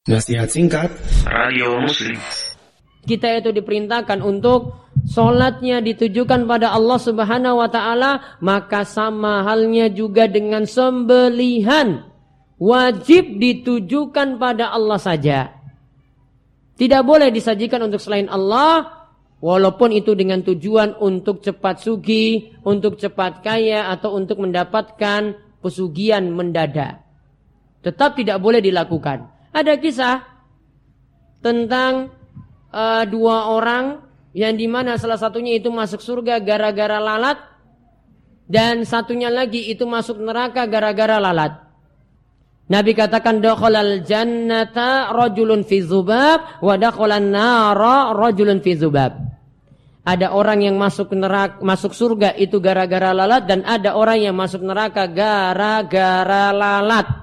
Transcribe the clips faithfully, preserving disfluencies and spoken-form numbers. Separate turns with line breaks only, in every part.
Nasihat singkat Radio Muslim.
Kita itu diperintahkan untuk sholatnya ditujukan pada Allah Subhanahu wa ta'ala, maka sama halnya juga dengan sembelihan wajib ditujukan pada Allah saja. Tidak boleh disajikan untuk selain Allah, walaupun itu dengan tujuan untuk cepat sugih, untuk cepat kaya, atau untuk mendapatkan pesugihan mendadak. Tetap tidak boleh dilakukan. Ada kisah tentang uh, dua orang yang dimana salah satunya itu masuk surga gara-gara lalat, dan satunya lagi itu masuk neraka gara-gara lalat. Nabi katakan dakhalal jannata rajulun fi dzubab wa dakhalan nara rajulun fi dzubab. Ada orang yang masuk neraka, masuk surga itu gara-gara lalat, dan ada orang yang masuk neraka gara-gara lalat.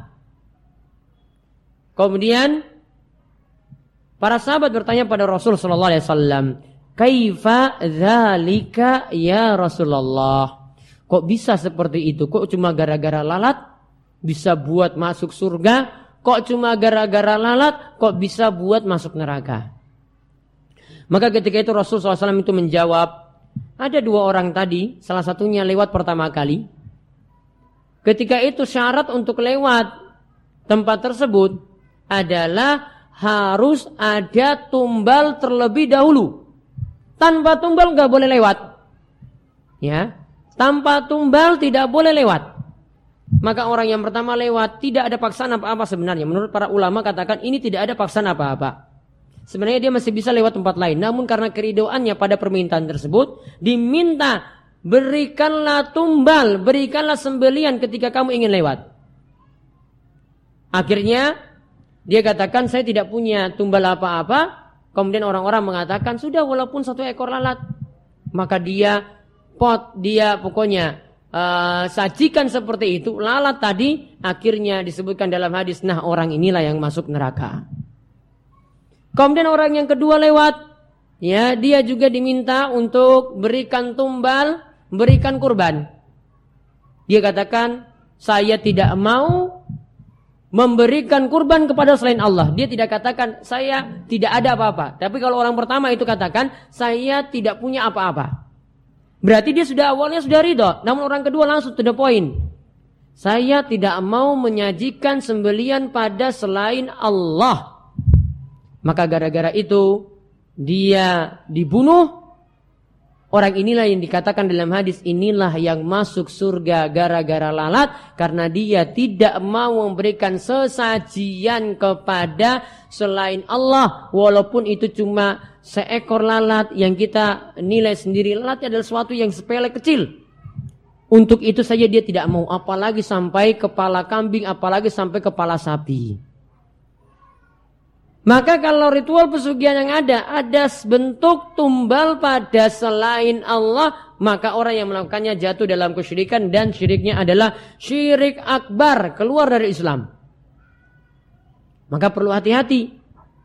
Kemudian para sahabat bertanya pada Rasul sallallahu alaihi wasallam, "Kaifa dzalika ya Rasulullah?" Kok bisa seperti itu? Kok cuma gara-gara lalat bisa buat masuk surga? Kok cuma gara-gara lalat kok bisa buat masuk neraka? Maka ketika itu Rasul sallallahu alaihi wasallam itu menjawab, ada dua orang tadi, salah satunya lewat pertama kali. Ketika itu syarat untuk lewat tempat tersebut adalah harus ada tumbal terlebih dahulu. Tanpa tumbal nggak boleh lewat. Ya, tanpa tumbal tidak boleh lewat. Maka orang yang pertama lewat tidak ada paksaan apa-apa sebenarnya. Menurut para ulama katakan ini tidak ada paksaan apa-apa. Sebenarnya dia masih bisa lewat tempat lain. Namun karena keridoannya pada permintaan tersebut, diminta berikanlah tumbal, berikanlah sembelian ketika kamu ingin lewat. Akhirnya dia katakan saya tidak punya tumbal apa-apa. Kemudian orang-orang mengatakan sudah walaupun satu ekor lalat. Maka dia pot, dia pokoknya uh, sajikan seperti itu. Lalat tadi akhirnya disebutkan dalam hadis, nah orang inilah yang masuk neraka. Kemudian orang yang kedua lewat, ya dia juga diminta untuk berikan tumbal, berikan kurban. Dia katakan saya tidak mau memberikan kurban kepada selain Allah. Dia tidak katakan saya tidak ada apa-apa. Tapi kalau orang pertama itu katakan saya tidak punya apa-apa. Berarti dia sudah awalnya sudah ridho. Namun orang kedua langsung to the point. Saya tidak mau menyajikan sembelian pada selain Allah. Maka gara-gara itu dia dibunuh. Orang inilah yang dikatakan dalam hadis, inilah yang masuk surga gara-gara lalat, karena dia tidak mau memberikan sesajian kepada selain Allah, walaupun itu cuma seekor lalat yang kita nilai sendiri lalat adalah sesuatu yang sepele kecil. Untuk itu saja dia tidak mau, apalagi sampai kepala kambing, apalagi sampai kepala sapi. Maka kalau ritual pesugihan yang ada, ada bentuk tumbal pada selain Allah, maka orang yang melakukannya jatuh dalam kesyirikan, dan syiriknya adalah syirik akbar, keluar dari Islam. Maka perlu hati-hati.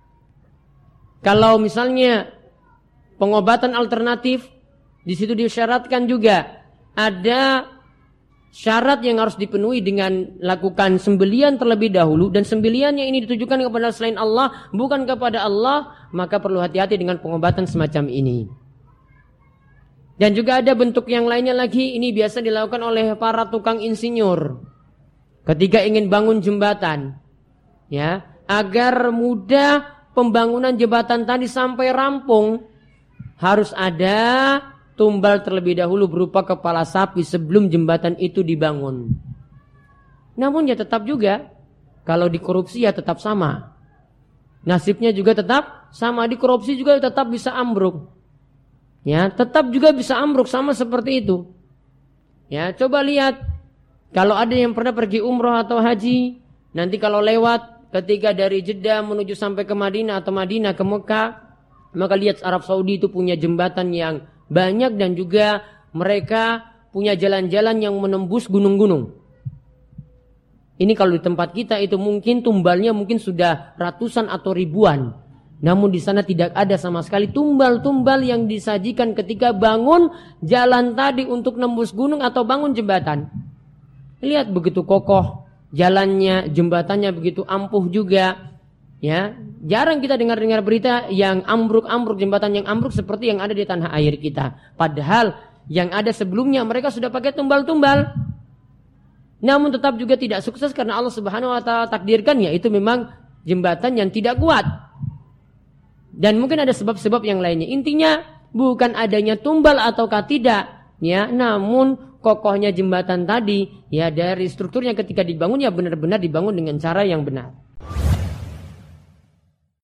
Kalau misalnya pengobatan alternatif, di situ disyaratkan juga ada syarat yang harus dipenuhi dengan lakukan sembelian terlebih dahulu, dan sembeliannya ini ditujukan kepada selain Allah, bukan kepada Allah, maka perlu hati-hati dengan pengobatan semacam ini. Dan juga ada bentuk yang lainnya lagi, ini biasa dilakukan oleh para tukang insinyur ketika ingin bangun jembatan, ya, agar mudah pembangunan jembatan tadi sampai rampung, harus ada tumbal terlebih dahulu berupa kepala sapi sebelum jembatan itu dibangun. Namun ya tetap juga, kalau dikorupsi ya tetap sama. Nasibnya juga tetap sama, dikorupsi juga tetap bisa ambruk. Ya, tetap juga bisa ambruk sama seperti itu. Ya, coba lihat kalau ada yang pernah pergi umroh atau haji, nanti kalau lewat ketika dari Jeddah menuju sampai ke Madinah atau Madinah ke Mekah, maka lihat Arab Saudi itu punya jembatan yang banyak, dan juga mereka punya jalan-jalan yang menembus gunung-gunung. Ini kalau di tempat kita itu mungkin tumbalnya mungkin sudah ratusan atau ribuan. Namun di sana tidak ada sama sekali tumbal-tumbal yang disajikan ketika bangun jalan tadi untuk nembus gunung atau bangun jembatan. Lihat begitu kokoh jalannya, jembatannya begitu ampuh juga. Ya, jarang kita dengar-dengar berita yang ambruk-ambruk, jembatan yang ambruk seperti yang ada di tanah air kita. Padahal yang ada sebelumnya mereka sudah pakai tumbal-tumbal. Namun tetap juga tidak sukses karena Allah Subhanahu wa taala takdirkan yaitu memang jembatan yang tidak kuat. Dan mungkin ada sebab-sebab yang lainnya. Intinya bukan adanya tumbal ataukah tidak, ya, namun kokohnya jembatan tadi, ya, dari strukturnya ketika dibangun ya benar-benar dibangun dengan cara yang benar.